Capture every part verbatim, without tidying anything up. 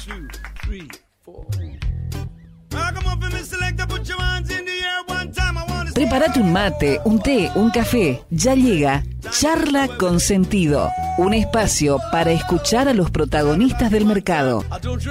two, three, four. Come on, Mister Selector, put your hands in the air one time. I wanna... Prepárate un mate, un té, un café. Ya llega Charla con Sentido, un espacio para escuchar a los protagonistas del mercado.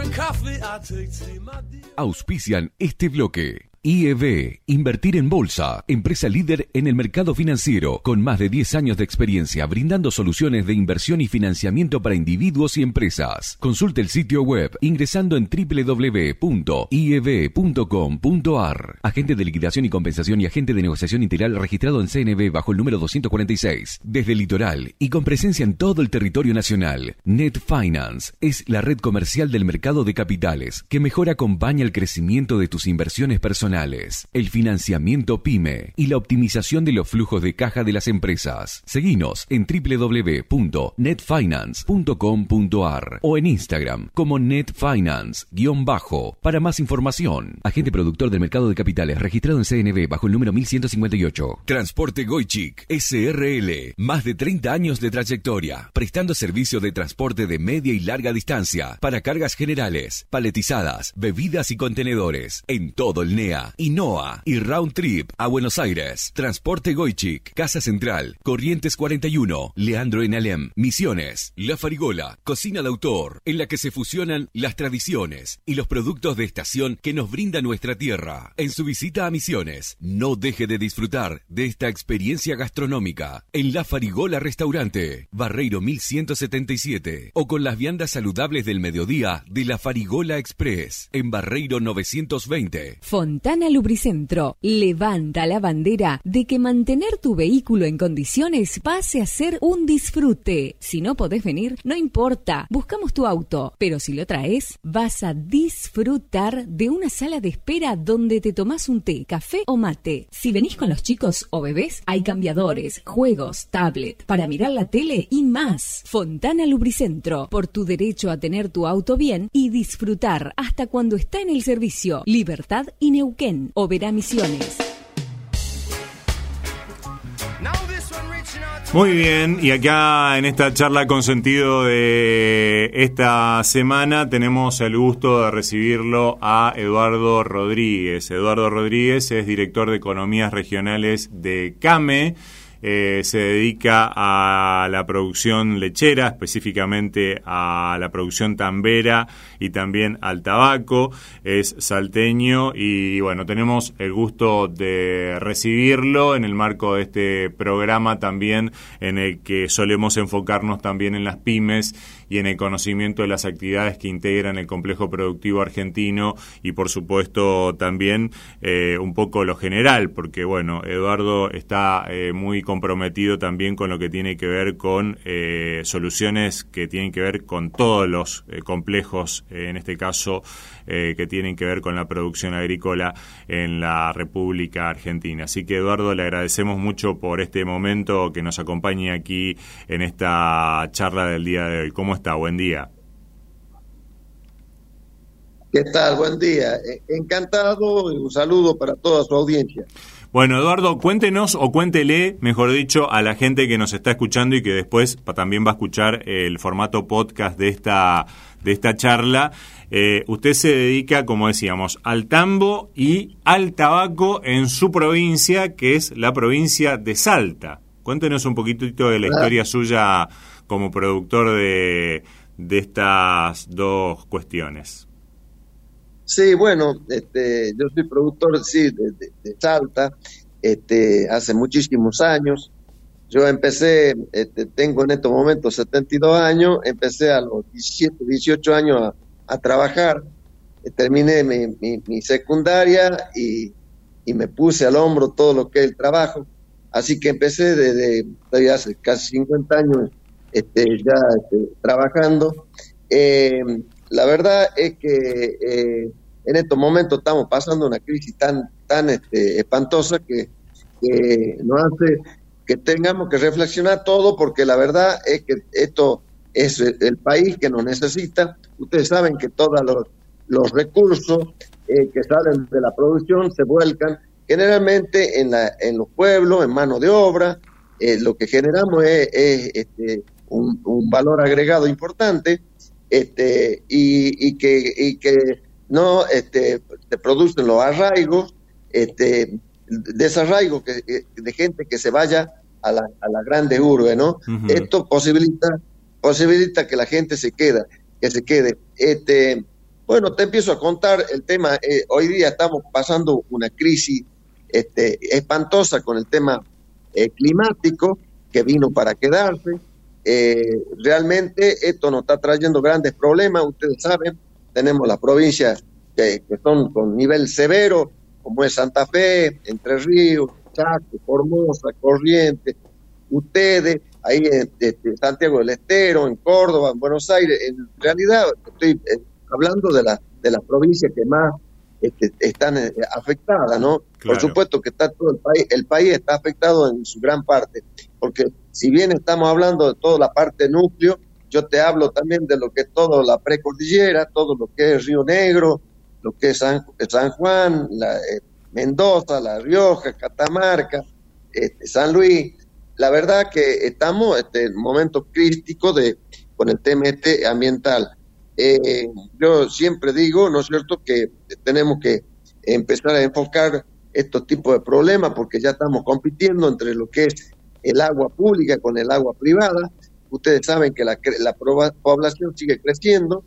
Auspician este bloque. I E B, Invertir en Bolsa, empresa líder en el mercado financiero, con más de diez años de experiencia brindando soluciones de inversión y financiamiento para individuos y empresas. Consulte el sitio web ingresando en doble u doble u doble u punto i e b punto com punto a r. Agente de liquidación y compensación y agente de negociación integral registrado en C N B bajo el número doscientos cuarenta y seis. Desde el litoral y con presencia en todo el territorio nacional, Net Finance es la red comercial del mercado de capitales que mejor acompaña el crecimiento de tus inversiones personales, el financiamiento PYME y la optimización de los flujos de caja de las empresas. Seguinos en doble u doble u doble u punto net finance punto com punto a r o en Instagram como netfinance-bajo para más información. Agente productor del mercado de capitales registrado en C N B bajo el número mil ciento cincuenta y ocho. Transporte Goichik S R L. Más de treinta años de trayectoria, prestando servicio de transporte de media y larga distancia para cargas generales, paletizadas, bebidas y contenedores en todo el N E A, I N O A y Round Trip a Buenos Aires. Transporte Goichik, Casa Central, Corrientes cuarenta y uno, Leandro en Alem, Misiones, La Farigola, cocina de autor, en la que se fusionan las tradiciones y los productos de estación que nos brinda nuestra tierra. En su visita a Misiones, no deje de disfrutar de esta experiencia gastronómica en La Farigola Restaurante, Barreiro mil ciento setenta y siete, o con las viandas saludables del mediodía de La Farigola Express, en Barreiro novecientos veinte. Fontana Lubricentro levanta la bandera de que mantener tu vehículo en condiciones pase a ser un disfrute. Si no podés venir, no importa, buscamos tu auto, pero si lo traes, vas a disfrutar de una sala de espera donde te tomás un té, café o mate. Si venís con los chicos o bebés, hay cambiadores, juegos, tablet, para mirar la tele y más. Fontana Lubricentro, por tu derecho a tener tu auto bien y disfrutar hasta cuando está en el servicio. Libertad y Neuquén. Oberá Misiones. Muy bien, y acá en esta charla con sentido de esta semana tenemos el gusto de recibirlo a Eduardo Rodríguez. Eduardo Rodríguez es director de Economías Regionales de CAME. Eh, se dedica a la producción lechera, específicamente a la producción tambera y también al tabaco. Es salteño y bueno, tenemos el gusto de recibirlo en el marco de este programa también en el que solemos enfocarnos también en las pymes y en el conocimiento de las actividades que integran el complejo productivo argentino y por supuesto también eh, un poco lo general, porque bueno, Eduardo está eh, muy comprometido también con lo que tiene que ver con eh, soluciones que tienen que ver con todos los eh, complejos, eh, en este caso eh, que tienen que ver con la producción agrícola en la República Argentina. Así que Eduardo, le agradecemos mucho por este momento que nos acompañe aquí en esta charla del día de hoy. ¿Cómo está? Buen día. ¿Qué tal? Buen día. Encantado y un saludo para toda su audiencia. Bueno, Eduardo, cuéntenos o cuéntele, mejor dicho, a la gente que nos está escuchando y que después también va a escuchar el formato podcast de esta de esta charla. Eh, usted se dedica, como decíamos, al tambo y al tabaco en su provincia, que es la provincia de Salta. Cuéntenos un poquitito de la historia suya como productor de, de estas dos cuestiones. Sí, bueno, este, yo soy productor, sí, de, de, de Salta, este, hace muchísimos años. Yo empecé, este, tengo en estos momentos setenta y dos años, empecé a los diecisiete, dieciocho años a, a trabajar, terminé mi, mi, mi secundaria y, y me puse al hombro todo lo que es el trabajo. Así que empecé desde, desde hace casi cincuenta años este, ya este, trabajando. Eh, la verdad es que eh, en estos momentos estamos pasando una crisis tan, tan este, espantosa que, que nos hace que tengamos que reflexionar todo, porque la verdad es que esto es el, el país que nos necesita. Ustedes saben que todos los, los recursos eh, que salen de la producción se vuelcan generalmente en, la, en los pueblos, en mano de obra. Eh, lo que generamos es, es este, un, un valor agregado importante, este, y, y, que, y que no este, se producen los arraigos, este, desarraigos que, de gente que se vaya a la, a la grande urbe, ¿no? Uh-huh. Esto posibilita, posibilita que la gente se quede, que se quede. Este, bueno, te empiezo a contar el tema. Eh, hoy día estamos pasando una crisis este, espantosa con el tema eh, climático que vino para quedarse. Eh, realmente esto nos está trayendo grandes problemas. Ustedes saben, tenemos las provincias que, que son con nivel severo, como es Santa Fe, Entre Ríos, Chaco, Formosa, Corrientes, ustedes, ahí en, en Santiago del Estero, en Córdoba, en Buenos Aires. En realidad estoy eh, hablando de, la, de las provincias que más este, están eh, afectadas, ¿no? Claro. Por supuesto que está todo el país, el país está afectado en su gran parte, porque si bien estamos hablando de toda la parte núcleo, yo te hablo también de lo que es toda la precordillera, todo lo que es Río Negro, lo que es San, San Juan, la, eh, Mendoza, La Rioja, Catamarca, este, San Luis. La verdad que estamos este, en momentos críticos de, con el tema este ambiental. Eh, yo siempre digo, ¿no es cierto?, que tenemos que empezar a enfocar estos tipos de problemas porque ya estamos compitiendo entre lo que es el agua pública con el agua privada. Ustedes saben que la, la población sigue creciendo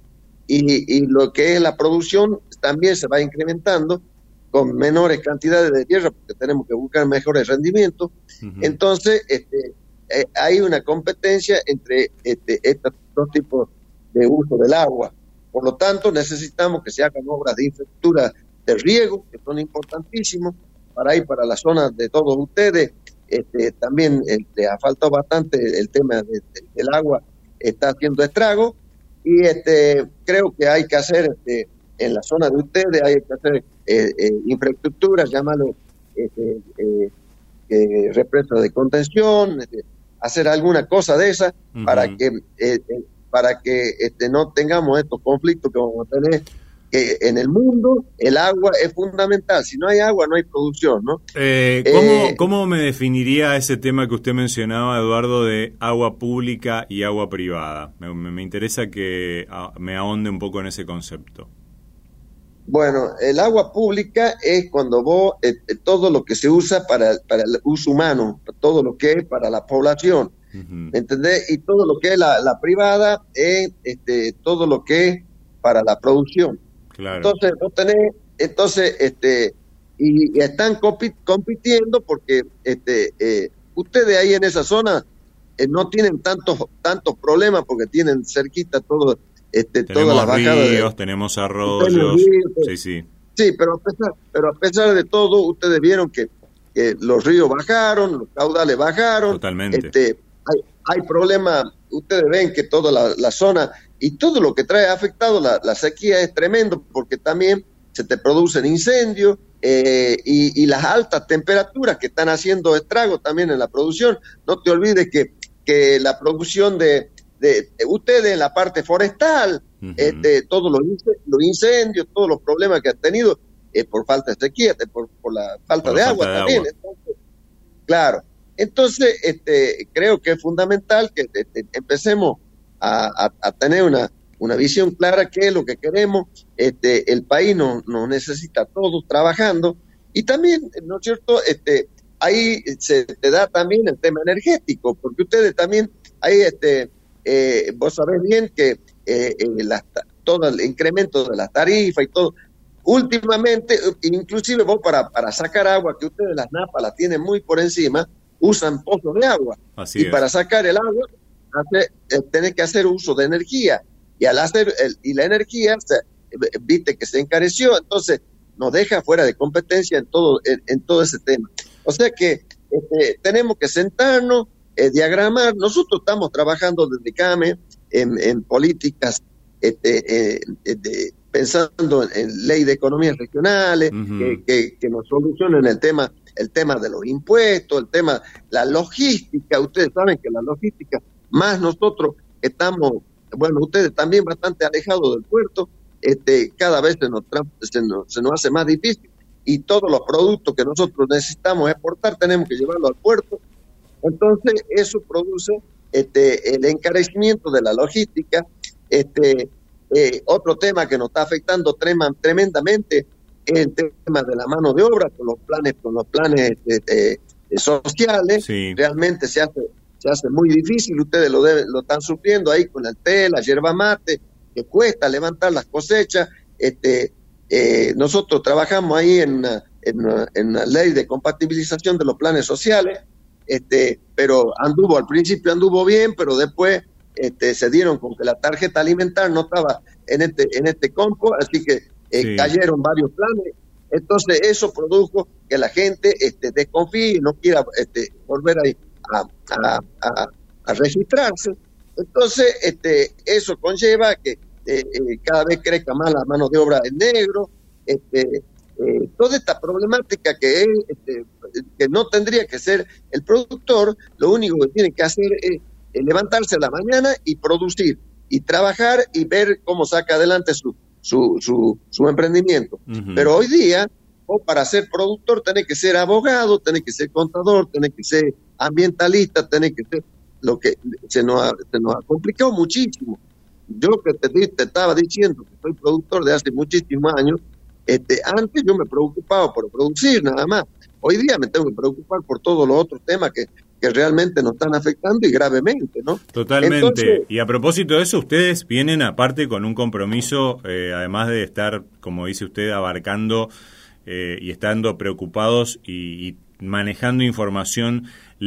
y, y lo que es la producción también se va incrementando con menores cantidades de tierra porque tenemos que buscar mejores rendimientos. Uh-huh. Entonces, este, eh, hay una competencia entre este, estos dos tipos de uso del agua. Por lo tanto, necesitamos que se hagan obras de infraestructura de riego, que son importantísimos para ir para la zona de todos ustedes. Este, también este, ha faltado bastante el tema de, de, del agua, está haciendo estrago, y este, creo que hay que hacer este, en la zona de ustedes, hay que hacer eh, eh, infraestructuras, llámalo este, eh, eh, represas de contención, este, hacer alguna cosa de esa, uh-huh. para que eh, eh, para que este, no tengamos estos conflictos que vamos a tener. Que en el mundo el agua es fundamental. Si no hay agua, no hay producción, ¿no? Eh, ¿cómo, eh, ¿Cómo me definiría ese tema que usted mencionaba, Eduardo, de agua pública y agua privada? Me, me interesa que me ahonde un poco en ese concepto. Bueno, el agua pública es cuando vos, eh, todo lo que se usa para, para el uso humano, todo lo que es para la población, uh-huh. ¿entendés? Y todo lo que es la, la privada es este, todo lo que es para la producción. Claro. Entonces, vos tenés, entonces, este, y, y están compi- compitiendo porque este, eh, ustedes ahí en esa zona eh, no tienen tantos tantos problemas porque tienen cerquita todo, este, todas las bajadas. Tenemos ríos, tenemos arroyos. Sí, sí. Sí, pero a pesar, pero a pesar de todo, ustedes vieron que, que los ríos bajaron, los caudales bajaron. Totalmente. Este, hay, hay problemas, ustedes ven que toda la, la zona y todo lo que trae afectado la, la sequía es tremendo porque también se te producen incendios eh, y, y las altas temperaturas que están haciendo estragos también en la producción. No te olvides que, que la producción de, de, de ustedes en la parte forestal, uh-huh. este, todos los, los incendios, todos los problemas que han tenido eh, por falta de sequía, por, por la falta por de la agua falta también. De agua. Entonces, claro. Entonces, este, creo que es fundamental que este, empecemos A, a, a tener una, una visión clara qué es lo que queremos. Este, el país nos no necesita a todos trabajando y también, ¿no es cierto? Este, ahí se te da también el tema energético, porque ustedes también, ahí este, eh, vos sabés bien que eh, eh, las, todo el incremento de las tarifas y todo, últimamente, inclusive vos para, para sacar agua, que ustedes las napas las tienen muy por encima, usan pozos de agua. Así y es. Para sacar el agua Hace, eh, tenés que hacer uso de energía y al hacer el, y la energía se, eh, viste que se encareció, entonces nos deja fuera de competencia en todo en, en todo ese tema. O sea que este, tenemos que sentarnos, eh, diagramar. Nosotros estamos trabajando desde CAME en, en políticas este, eh, de, pensando en, en ley de economías regionales, uh-huh. que, que, que nos solucionen el tema el tema de los impuestos, el tema, la logística. Ustedes saben que la logística, más nosotros estamos, bueno, ustedes también bastante alejados del puerto, este, cada vez se nos, se nos, se nos hace más difícil y todos los productos que nosotros necesitamos exportar tenemos que llevarlo al puerto. Entonces eso produce este, el encarecimiento de la logística Este, eh, otro tema que nos está afectando trema, tremendamente es el tema de la mano de obra con los planes, con los planes este, eh, sociales. Sí. Realmente se hace, se hace muy difícil. Ustedes lo, deben, lo están sufriendo ahí con el té, la yerba mate, que cuesta levantar las cosechas. Este, eh, nosotros trabajamos ahí en una, en, una, en una ley de compatibilización de los planes sociales, este, pero anduvo, al principio anduvo bien, pero después este, se dieron con que la tarjeta alimentar no estaba en este, en este compo, así que eh, sí. cayeron varios planes. Entonces eso produjo que la gente este, desconfíe y no quiera este, volver a, a, a, a registrarse. Entonces este, eso conlleva que eh, eh, cada vez crezca más la mano de obra en negro. Este, eh, toda esta problemática que es, este, que no tendría que ser el productor, lo único que tiene que hacer es, es levantarse a la mañana y producir y trabajar y ver cómo saca adelante su Su, su, su emprendimiento. Uh-huh. Pero hoy día, vos para ser productor tenés que ser abogado, tenés que ser contador, tenés que ser ambientalista, tenés que ser lo que se nos ha, se nos ha complicado muchísimo. Yo que te, te estaba diciendo que soy productor de hace muchísimos años, este, antes yo me preocupaba por producir nada más. Hoy día me tengo que preocupar por todos los otros temas que que realmente nos están afectando y gravemente, ¿no? Totalmente. Entonces, y a propósito de eso, ustedes vienen aparte con un compromiso, eh, además de estar, como dice usted, abarcando eh, y estando preocupados y, y manejando información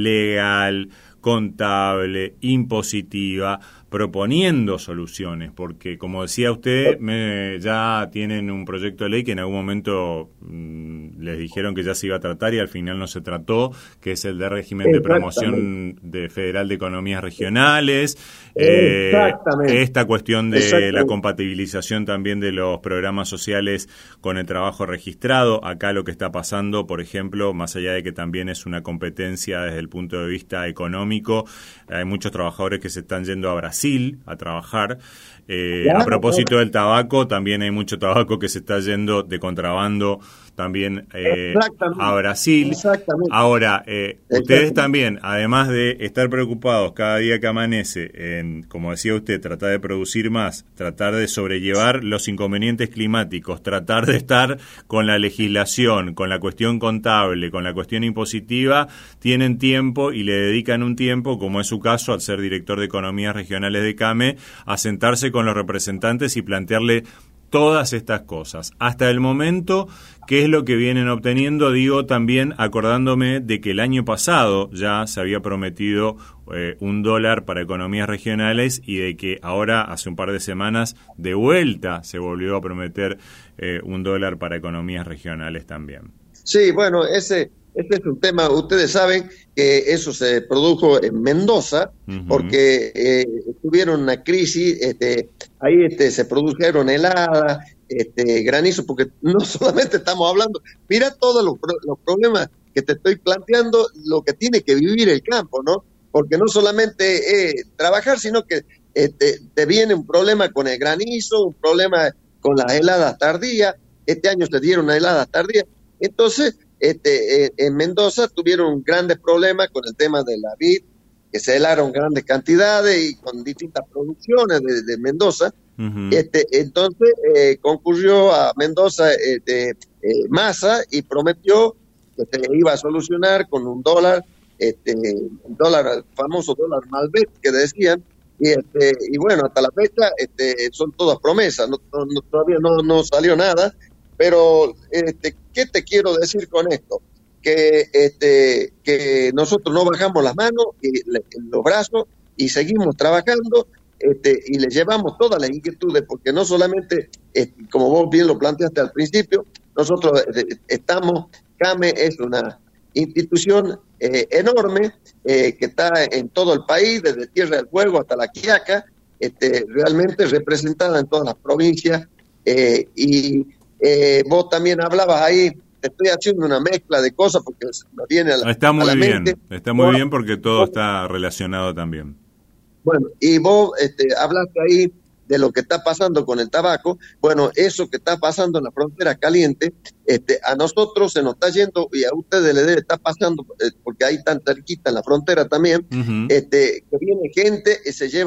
legal, contable, impositiva, proponiendo soluciones, porque como decía usted, me, ya tienen un proyecto de ley que en algún momento mmm, les dijeron que ya se iba a tratar y al final no se trató, que es el de régimen de promoción de Federal de Economías Regionales, eh, esta cuestión de la compatibilización también de los programas sociales con el trabajo registrado. Acá lo que está pasando, por ejemplo, más allá de que también es una competencia desde el punto de vista económico, hay muchos trabajadores que se están yendo a Brasil a trabajar. Eh, claro, a propósito claro. del tabaco, también hay mucho tabaco que se está yendo de contrabando también eh, a Brasil. Ahora, eh, ustedes también, además de estar preocupados cada día que amanece en, como decía usted, tratar de producir más, tratar de sobrellevar los inconvenientes climáticos, tratar de estar con la legislación, con la cuestión contable, con la cuestión impositiva, tienen tiempo y le dedican un tiempo, como es su caso, al ser director de Economías Regionales de CAME, a sentarse con los representantes y plantearle todas estas cosas. Hasta el momento, ¿qué es lo que vienen obteniendo? Digo también acordándome de que el año pasado ya se había prometido eh, un dólar para economías regionales y de que ahora, hace un par de semanas, de vuelta se volvió a prometer eh, un dólar para economías regionales también. Sí, bueno, ese... Este es un tema, ustedes saben que eso se produjo en Mendoza, uh-huh. porque eh, tuvieron una crisis, este, ahí este, se produjeron heladas, este, granizo, porque no solamente estamos hablando, mira todos los, los problemas que te estoy planteando, lo que tiene que vivir el campo, ¿no? Porque no solamente es trabajar, sino que este, te viene un problema con el granizo, un problema con las heladas tardías, este año se dieron heladas tardías, entonces... Este, eh, en Mendoza tuvieron grandes problemas con el tema de la vid, que se helaron grandes cantidades y con distintas producciones de, de Mendoza. Uh-huh. Este, entonces eh, concurrió a Mendoza este, eh, Massa y prometió que se iba a solucionar con un dólar, este, un dólar, el famoso dólar Malbec que decían. Y, este, y bueno, hasta la fecha este, son todas promesas, no, no, todavía no, no salió nada. Pero, este, ¿qué te quiero decir con esto? Que, este, que nosotros no bajamos las manos y le, los brazos y seguimos trabajando este, y le llevamos todas las inquietudes, porque no solamente, eh, como vos bien lo planteaste al principio, nosotros eh, estamos, CAME es una institución eh, enorme eh, que está en todo el país, desde Tierra del Fuego hasta La Quiaca, este, realmente representada en todas las provincias eh, y Eh, vos también hablabas ahí, estoy haciendo una mezcla de cosas porque me viene a la, está muy a la bien, mente. Está muy vos, bien porque todo vos, está relacionado también. Bueno, y vos este, hablaste ahí de lo que está pasando con el tabaco. Bueno, eso que está pasando en la frontera caliente, este, a nosotros se nos está yendo y a ustedes les debe estar pasando, eh, porque ahí tan cerquita en la frontera también, uh-huh. este, que viene gente y se lleva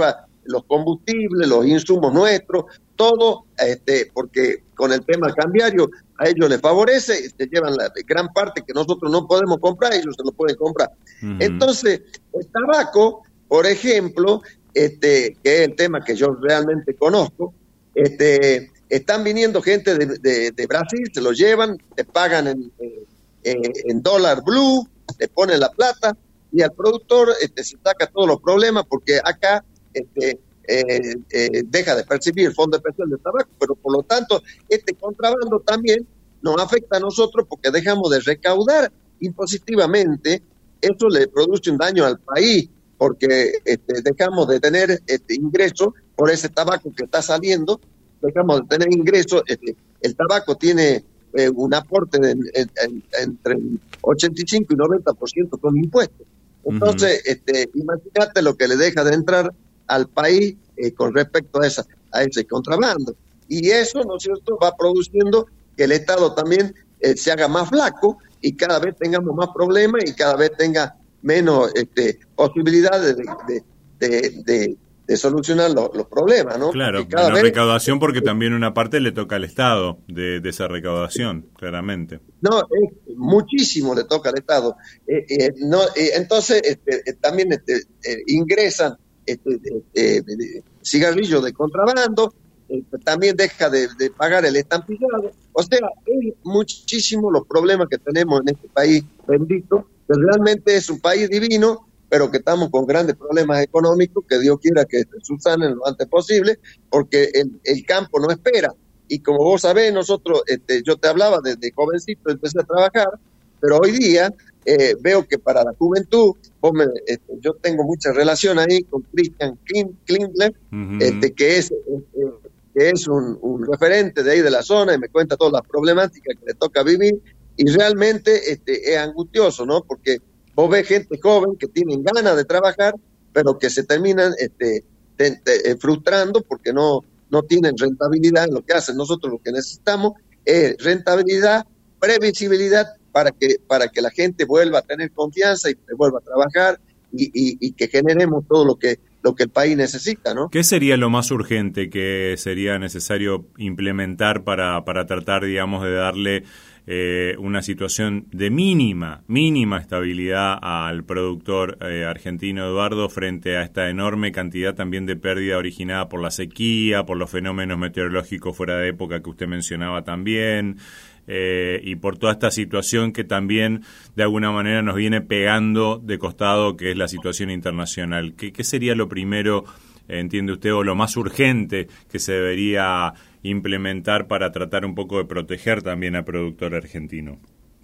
los combustibles, los insumos nuestros, todo, este, porque con el tema cambiario a ellos les favorece, se llevan la gran parte que nosotros no podemos comprar, ellos se lo pueden comprar. Uh-huh. Entonces, el tabaco, por ejemplo, este, que es el tema que yo realmente conozco, este, están viniendo gente de, de, de Brasil, se lo llevan, te pagan en, en, en dólar blue, le ponen la plata, y al productor este, se saca todos los problemas porque acá este, eh, eh, deja de percibir el fondo de pensión del tabaco, pero por lo tanto este contrabando también nos afecta a nosotros porque dejamos de recaudar impositivamente. Eso le produce un daño al país porque este, dejamos de tener este, ingresos por ese tabaco que está saliendo, dejamos de tener ingresos. Este, el tabaco tiene eh, un aporte de, en, en, entre ochenta y cinco y noventa por ciento con impuestos. Entonces, uh-huh. este, imagínate lo que le deja de entrar al país eh, con respecto a esa a ese contrabando. Y eso, ¿no es cierto?, va produciendo que el Estado también eh, se haga más flaco y cada vez tengamos más problemas y cada vez tenga menos este, posibilidades de, de, de, de, de solucionar los, los problemas, ¿no? Claro, cada menos vez, recaudación porque eh, también una parte le toca al Estado de, de esa recaudación, claramente. No, eh, muchísimo le toca al Estado. Eh, eh, no, eh, entonces, este, eh, también este, eh, ingresan este, eh, eh, cigarrillos de contrabando, eh, también deja de, de pagar el estampillado. O sea, es muchísimo los problemas que tenemos en este país bendito, que realmente es un país divino, pero que estamos con grandes problemas económicos, que Dios quiera que se subsanen lo antes posible, porque el, el campo no espera. Y como vos sabés, nosotros, este, yo te hablaba desde jovencito, empecé a trabajar, pero hoy día eh, veo que para la juventud, vos me, este, yo tengo mucha relación ahí con Christian Klingler, uh-huh. este, que es, este, que es un, un referente de ahí de la zona y me cuenta todas las problemáticas que le toca vivir, y realmente este, es angustioso, ¿no? Porque vos ves gente joven que tienen ganas de trabajar, pero que se terminan este, te, te, frustrando porque no no tienen rentabilidad en lo que hacen. Nosotros lo que necesitamos es rentabilidad, previsibilidad para que para que la gente vuelva a tener confianza y vuelva a trabajar y, y, y que generemos todo lo que lo que el país necesita, ¿no? ¿Qué sería lo más urgente que sería necesario implementar para, para tratar, digamos, de darle eh, una situación de mínima, mínima estabilidad al productor eh, argentino, Eduardo, frente a esta enorme cantidad también de pérdida originada por la sequía, por los fenómenos meteorológicos fuera de época que usted mencionaba también, eh, y por toda esta situación que también de alguna manera nos viene pegando de costado, que es la situación internacional? ¿Qué, qué sería lo primero, entiende usted, o lo más urgente que se debería implementar para tratar un poco de proteger también al productor argentino?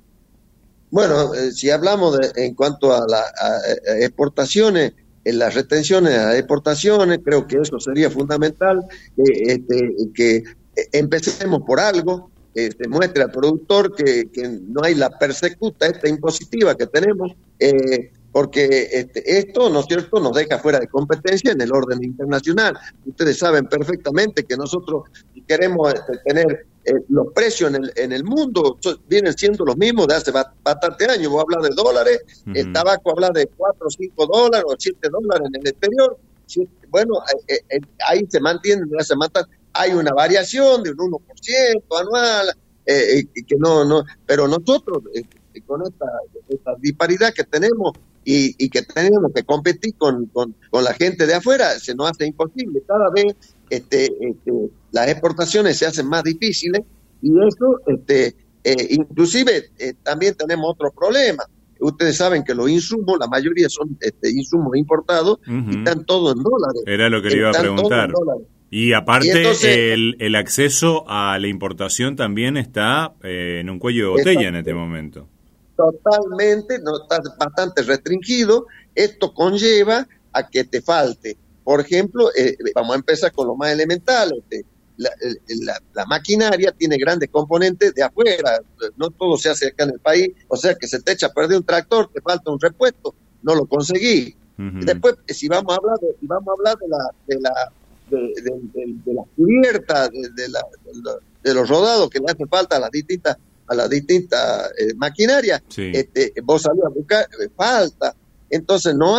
Bueno, eh, si hablamos de, en cuanto a las exportaciones, en las retenciones a exportaciones, creo que eso sería fundamental, eh, este, que eh, empecemos por algo, eh, se muestre al productor que, que no hay la persecuta esta impositiva que tenemos, eh, porque este, esto, ¿no es cierto?, nos deja fuera de competencia en el orden internacional. Ustedes saben perfectamente que nosotros, si queremos este, tener eh, los precios en el, en el mundo, so, vienen siendo los mismos de hace bastante años. Vos hablas de dólares, uh-huh. el tabaco habla de cuatro o cinco dólares o siete dólares en el exterior. Bueno, eh, eh, ahí se mantiene, se matan. Hay una variación de un uno por ciento anual, eh, eh, que no, no, pero nosotros, eh, con esta, esta disparidad que tenemos, Y, y que tenemos que competir con, con, con la gente de afuera, se nos hace imposible. Cada vez este, este, las exportaciones se hacen más difíciles y eso, este, eh, inclusive, eh, también tenemos otro problema. Ustedes saben que los insumos, la mayoría son este, insumos importados uh-huh. y están todos en dólares. Era lo que le iba a preguntar. Y aparte, y entonces, el, el acceso a la importación también está eh, en un cuello de botella exacto. en este momento. Totalmente, no, está bastante restringido. Esto conlleva a que te falte. Por ejemplo, eh, vamos a empezar con lo más elemental. Este, la, la, la maquinaria tiene grandes componentes de afuera. No todo se hace acá en el país. O sea, que se te echa a perder un tractor, te falta un repuesto, no lo conseguí. Uh-huh. Después, si vamos a hablar de, si vamos a hablar de la de la de, de, de, de la cubierta, de, de, la, de, la, de los rodados que le hace falta a las distintas a las distintas eh, maquinarias, sí. este, vos salís a buscar, eh, falta, entonces no hay,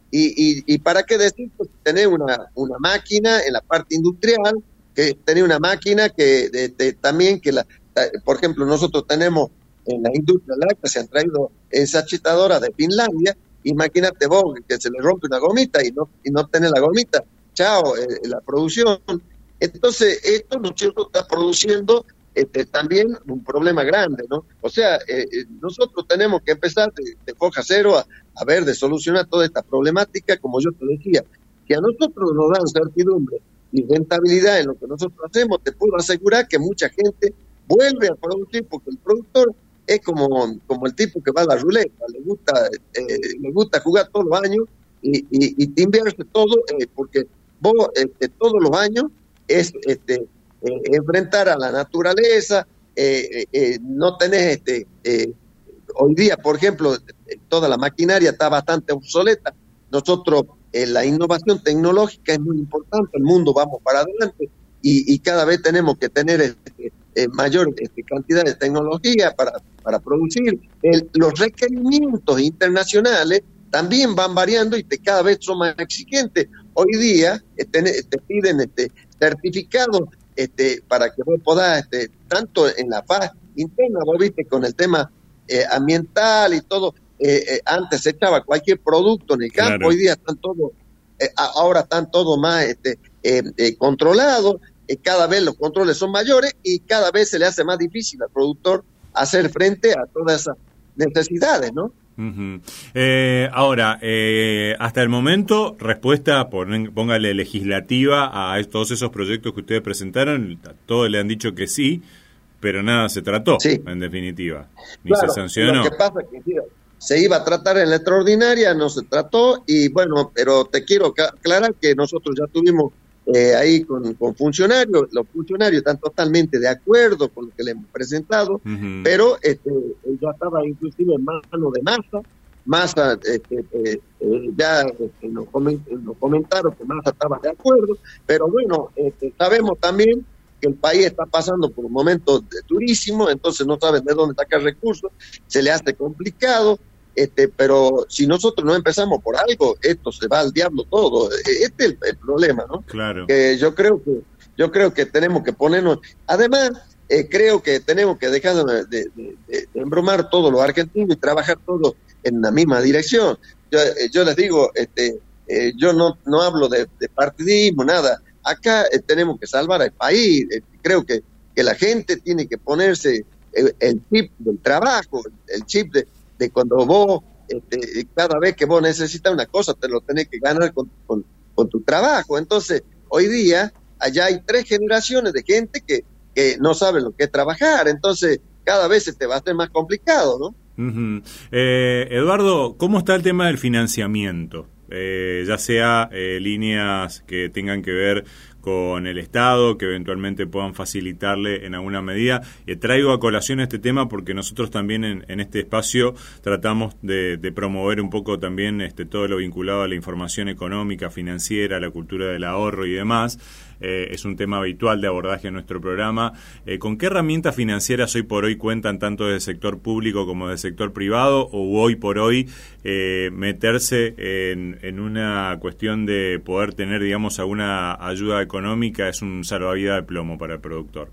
Y, y, y para qué decir, pues tener una, una máquina en la parte industrial, que tener una máquina que de, de, también que la, por ejemplo, nosotros tenemos en la industria láctea, se han traído ensachetadoras de Finlandia. Imagínate vos que se le rompe una gomita y no, y no tenés la gomita, chao, eh, la producción. Entonces, esto nosotros está produciendo este, también un problema grande, ¿no? O sea, eh, nosotros tenemos que empezar de, de foja cero a, a ver, de solucionar toda esta problemática, como yo te decía. Si a nosotros nos dan certidumbre y rentabilidad en lo que nosotros hacemos, te puedo asegurar que mucha gente vuelve a producir, porque el productor es como, como el tipo que va a la ruleta, le gusta eh, le gusta jugar todos los años y, y, y te invierte todo, eh, porque vos este, todos los años es este, eh, enfrentar a la naturaleza, eh, eh, no tenés, este, eh, hoy día, por ejemplo, toda la maquinaria está bastante obsoleta. Nosotros, eh, la innovación tecnológica es muy importante, el mundo vamos para adelante y, y cada vez tenemos que tener este, eh, mayor este, cantidad de tecnología para, para producir. El, los requerimientos internacionales también van variando y te, cada vez son más exigentes. Hoy día este, te piden este, certificados este, para que vos podás, este, tanto en la faz interna, vos viste con el tema eh, ambiental y todo, eh, eh, antes se echaba cualquier producto en el campo, claro. Hoy día están todos, eh, ahora están todos más este, eh, eh, controlados, eh, cada vez los controles son mayores y cada vez se le hace más difícil al productor hacer frente a todas esas necesidades, ¿no? Uh-huh. Eh, ahora, eh, hasta el momento, respuesta, pon, póngale legislativa a todos esos proyectos que ustedes presentaron, todos le han dicho que sí, pero nada se trató, sí. En definitiva, ni claro, se sancionó. Lo que pasa es que sí, se iba a tratar en la extraordinaria, no se trató, y bueno, pero te quiero aclarar que nosotros ya tuvimos eh, ahí con, con funcionarios, los funcionarios están totalmente de acuerdo con lo que le hemos presentado, uh-huh. Pero este, ya estaba inclusive en mano de Massa, Massa este, eh, eh, ya este, nos, coment, nos comentaron que Massa estaba de acuerdo, pero bueno, este, sabemos también que el país está pasando por un momento durísimo, entonces no saben de dónde sacar recursos, se le hace complicado, este, pero si nosotros no empezamos por algo, esto se va al diablo todo. Este es el, el problema, ¿no? Claro. Que yo creo que yo creo que tenemos que ponernos, además eh, creo que tenemos que dejar de, de, de, de embromar todos los argentinos y trabajar todos en la misma dirección. Yo, eh, yo les digo, este, eh, yo no no hablo de, de partidismo, nada. Acá eh, tenemos que salvar al país. Eh, creo que, que la gente tiene que ponerse el, el chip del trabajo, el chip de, de cuando vos, este, cada vez que vos necesitas una cosa, te lo tenés que ganar con, con, con tu trabajo. Entonces, hoy día, allá hay tres generaciones de gente que, que no sabe lo que es trabajar. Entonces, cada vez se te va a hacer más complicado, ¿no? Uh-huh. eh, Eduardo, ¿cómo está el tema del financiamiento? Eh, ya sea eh, líneas que tengan que ver con el Estado, que eventualmente puedan facilitarle en alguna medida. Eh, traigo a colación este tema porque nosotros también en, en este espacio tratamos de, de promover un poco también este, todo lo vinculado a la información económica, financiera, la cultura del ahorro y demás. Eh, es un tema habitual de abordaje en nuestro programa. Eh, ¿Con qué herramientas financieras hoy por hoy cuentan tanto del sector público como del sector privado? ¿O hoy por hoy eh, meterse en, en una cuestión de poder tener, digamos, alguna ayuda económica es un salvavidas de plomo para el productor?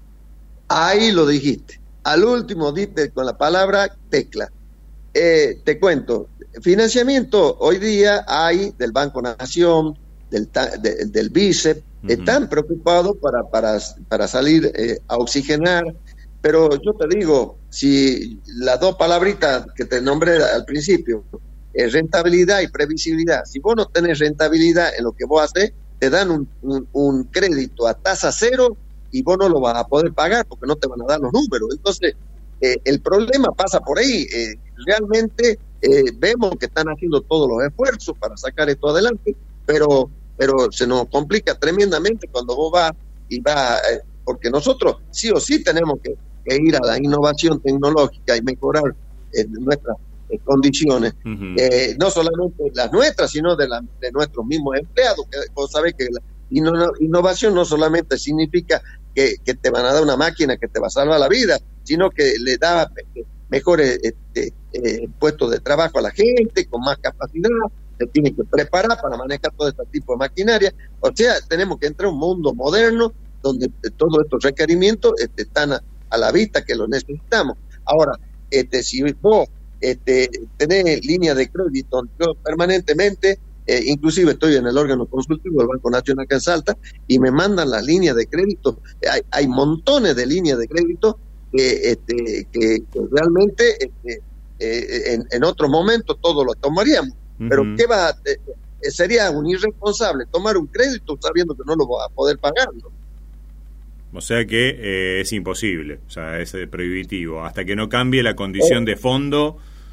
Ahí lo dijiste. Al último diste con la palabra tecla. Eh, te cuento, financiamiento hoy día hay del Banco Nación, del, de, del BICEP, uh-huh. Están preocupados para, para, para salir eh, a oxigenar, pero yo te digo, si las dos palabritas que te nombré al principio, eh, rentabilidad y previsibilidad, si vos no tenés rentabilidad en lo que vos haces, te dan un, un, un crédito a tasa cero y vos no lo vas a poder pagar porque no te van a dar los números. Entonces, eh, el problema pasa por ahí. Eh, realmente eh, vemos que están haciendo todos los esfuerzos para sacar esto adelante, pero pero se nos complica tremendamente cuando vos vas y vas, eh, porque nosotros sí o sí tenemos que, que ir a la innovación tecnológica y mejorar eh, nuestras eh, condiciones, uh-huh. eh, no solamente las nuestras, sino de, la, de nuestros mismos empleados, que vos sabés que la inno- innovación no solamente significa que, que te van a dar una máquina que te va a salvar la vida, sino que le da mejores este, eh, puestos de trabajo a la gente, con más capacidad. se tiene que preparar para manejar todo este tipo de maquinaria. O sea, tenemos que entrar a un mundo moderno donde todos estos requerimientos este, están a, a la vista que los necesitamos. Ahora, este, si vos este, tenés línea de crédito, yo permanentemente, eh, inclusive estoy en el órgano consultivo del Banco Nacional acá en Salta, y me mandan las líneas de crédito. Hay, hay montones de líneas de crédito que, este, que, que realmente este, eh, en, en otro momento todos lo tomaríamos. Uh-huh. Pero ¿qué va? Eh, eh, sería un irresponsable tomar un crédito sabiendo que no lo va a poder pagar, ¿no? O sea que eh, es imposible, o sea, es prohibitivo. Hasta que no cambie la condición de fondo,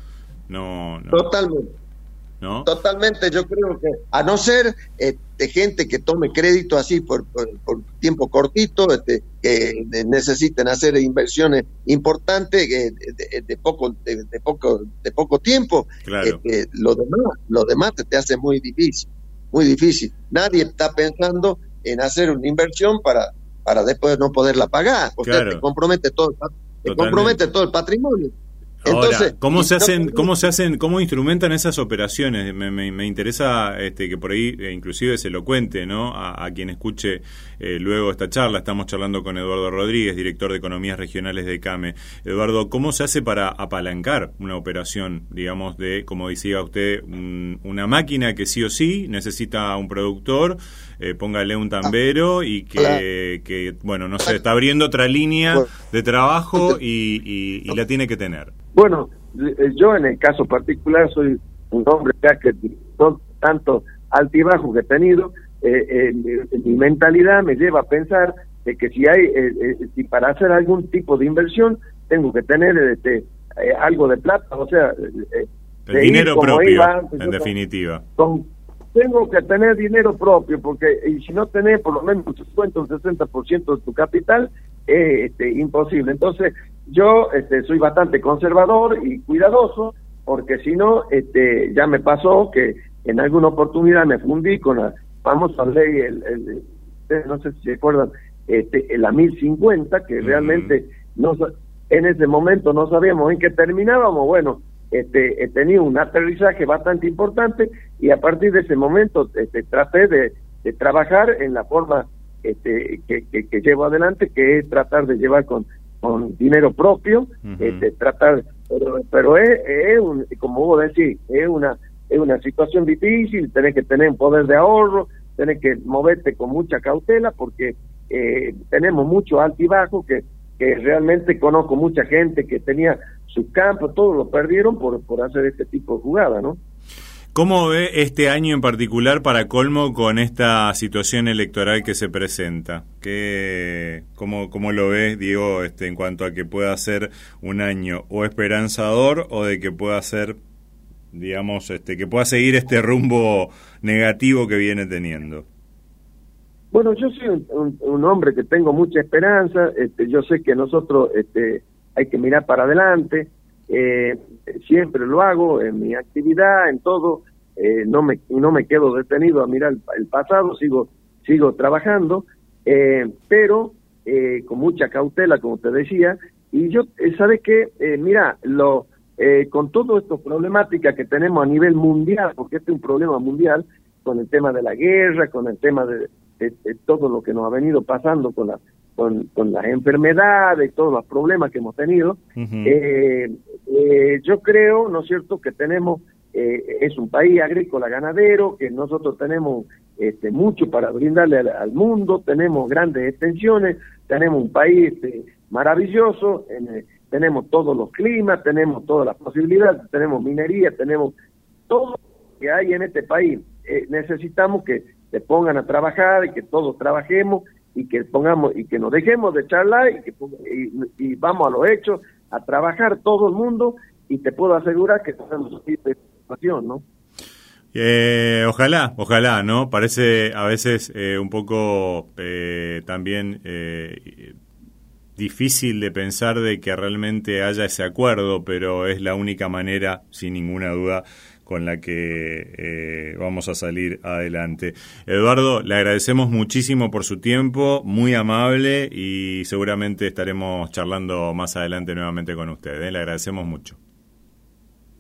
no... no. Totalmente. ¿No? Totalmente, yo creo que, a no ser este, gente que tome crédito así por, por, por tiempo cortito, este, que necesiten hacer inversiones importantes eh, de, de, poco, de, de poco de poco tiempo, claro. este, lo demás, lo demás te, te hace muy difícil, muy difícil. Nadie está pensando en hacer una inversión para, para después no poderla pagar, o claro. sea, te compromete todo, te compromete todo el patrimonio. Entonces, Ahora, ¿cómo se hacen, cómo se hacen, cómo instrumentan esas operaciones? Me, me, me interesa este, que por ahí eh, inclusive se lo cuente, ¿no? A, a quien escuche eh, luego esta charla. Estamos charlando con Eduardo Rodríguez, director de Economías Regionales de CAME. Eduardo, ¿cómo se hace para apalancar una operación, digamos, de, como decía usted, un, una máquina que sí o sí necesita un productor, eh, póngale un tambero y que, que, bueno, no sé, está abriendo otra línea de trabajo y, y, y la tiene que tener? Bueno, yo en el caso particular soy un hombre ya que con tanto altibajo que he tenido, eh, eh, mi mentalidad me lleva a pensar de que si hay, eh, eh, si para hacer algún tipo de inversión tengo que tener este, eh, algo de plata, o sea, eh, el dinero propio, iba, en yo, definitiva. Con, tengo que tener dinero propio, porque y si no tenés por lo menos un cincuenta o un sesenta por ciento de tu capital, es eh, este, imposible. Entonces, yo este, soy bastante conservador y cuidadoso, porque si no, este, ya me pasó que en alguna oportunidad me fundí con la famosa ley, el, el, el, no sé si se acuerdan, este, la mil cincuenta, que uh-huh. realmente no, en ese momento no sabíamos en qué terminábamos. Bueno, este, he tenido un aterrizaje bastante importante y a partir de ese momento este, traté de, de trabajar en la forma este, que, que, que llevo adelante, que es tratar de llevar con con dinero propio, uh-huh. este, tratar, pero, pero es, es un, como vos decís, es una es una situación difícil, tenés que tener un poder de ahorro, tenés que moverte con mucha cautela, porque eh, tenemos mucho altibajo, que, que realmente conozco mucha gente que tenía sus campos, todos lo perdieron por, por hacer este tipo de jugada, ¿no? ¿Cómo ve este año en particular para colmo con esta situación electoral que se presenta? ¿Qué, cómo, ¿Cómo lo ves, Diego, este, en cuanto a que pueda ser un año o esperanzador o de que pueda ser, digamos, este, que pueda seguir este rumbo negativo que viene teniendo? Bueno, yo soy un, un, un hombre que tengo mucha esperanza. Este, yo sé que nosotros este, hay que mirar para adelante. Eh, siempre lo hago en mi actividad, en todo, eh, no me no me quedo detenido a mirar el, el pasado, sigo sigo trabajando, eh, pero eh, con mucha cautela, como te decía. Y yo, eh, ¿sabes qué? Eh, mira, lo eh, con todo esto problemática que tenemos a nivel mundial, porque este es un problema mundial, con el tema de la guerra, con el tema de, de, de todo lo que nos ha venido pasando con la Con, con las enfermedades, todos los problemas que hemos tenido, uh-huh. eh, eh, yo creo, ¿no es cierto?, que tenemos, eh, es un país agrícola ganadero, que nosotros tenemos este, mucho para brindarle al, al mundo, tenemos grandes extensiones, tenemos un país este, maravilloso, en, tenemos todos los climas, tenemos todas las posibilidades, tenemos minería, tenemos todo lo que hay en este país. Eh, necesitamos que se pongan a trabajar y que todos trabajemos y que pongamos y que nos dejemos de charlar y que y, y vamos a los hechos, a trabajar todo el mundo, y te puedo asegurar que tenemos esta situación, ¿no? Eh, ojalá, ojalá, ¿no? Parece a veces eh, un poco eh, también eh, difícil de pensar de que realmente haya ese acuerdo, pero es la única manera, sin ninguna duda, con la que eh, vamos a salir adelante. Eduardo, le agradecemos muchísimo por su tiempo, muy amable, y seguramente estaremos charlando más adelante nuevamente con usted, ¿eh? Le agradecemos mucho.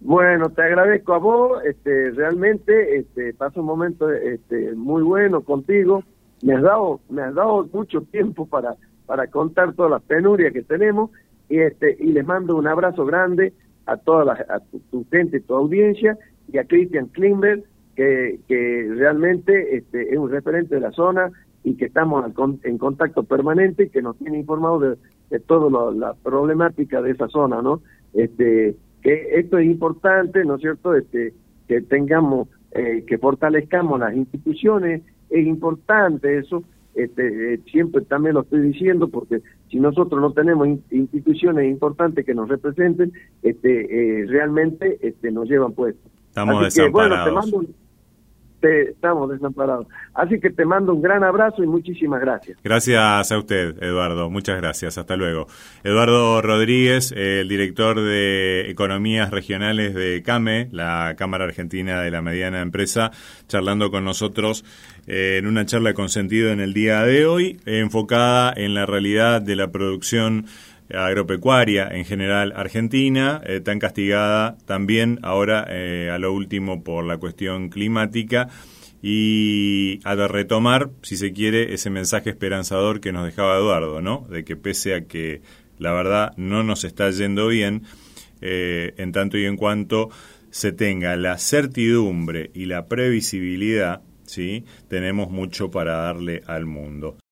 Bueno, te agradezco a vos, este, realmente este, paso un momento este, muy bueno contigo. Me has dado, me has dado mucho tiempo para, para contar todas las penurias que tenemos y, este, y les mando un abrazo grande a toda la, a tu, tu gente, tu audiencia y a Christian Klimber, que, que realmente este, es un referente de la zona y que estamos en contacto permanente y que nos tiene informado de, de toda la problemática de esa zona, ¿no? Este, que esto es importante, ¿no es cierto?, este, que tengamos, eh, que fortalezcamos las instituciones, es importante eso, este, eh, siempre también lo estoy diciendo, porque si nosotros no tenemos in- instituciones importantes que nos representen, este, eh, realmente este, nos llevan puestos. Estamos Así que, bueno, te desamparados. mando un, te, estamos desamparados. Así que te mando un gran abrazo y muchísimas gracias. Gracias a usted, Eduardo. Muchas gracias. Hasta luego. Eduardo Rodríguez, eh, el director de Economías Regionales de CAME, la Cámara Argentina de la Mediana Empresa, charlando con nosotros eh, en una charla con sentido en el día de hoy, eh, enfocada en la realidad de la producción agropecuaria en general argentina, eh, tan castigada también ahora eh, a lo último por la cuestión climática, y a de retomar, si se quiere, ese mensaje esperanzador que nos dejaba Eduardo, ¿no? De que pese a que la verdad no nos está yendo bien, eh, en tanto y en cuanto se tenga la certidumbre y la previsibilidad, ¿sí?, tenemos mucho para darle al mundo.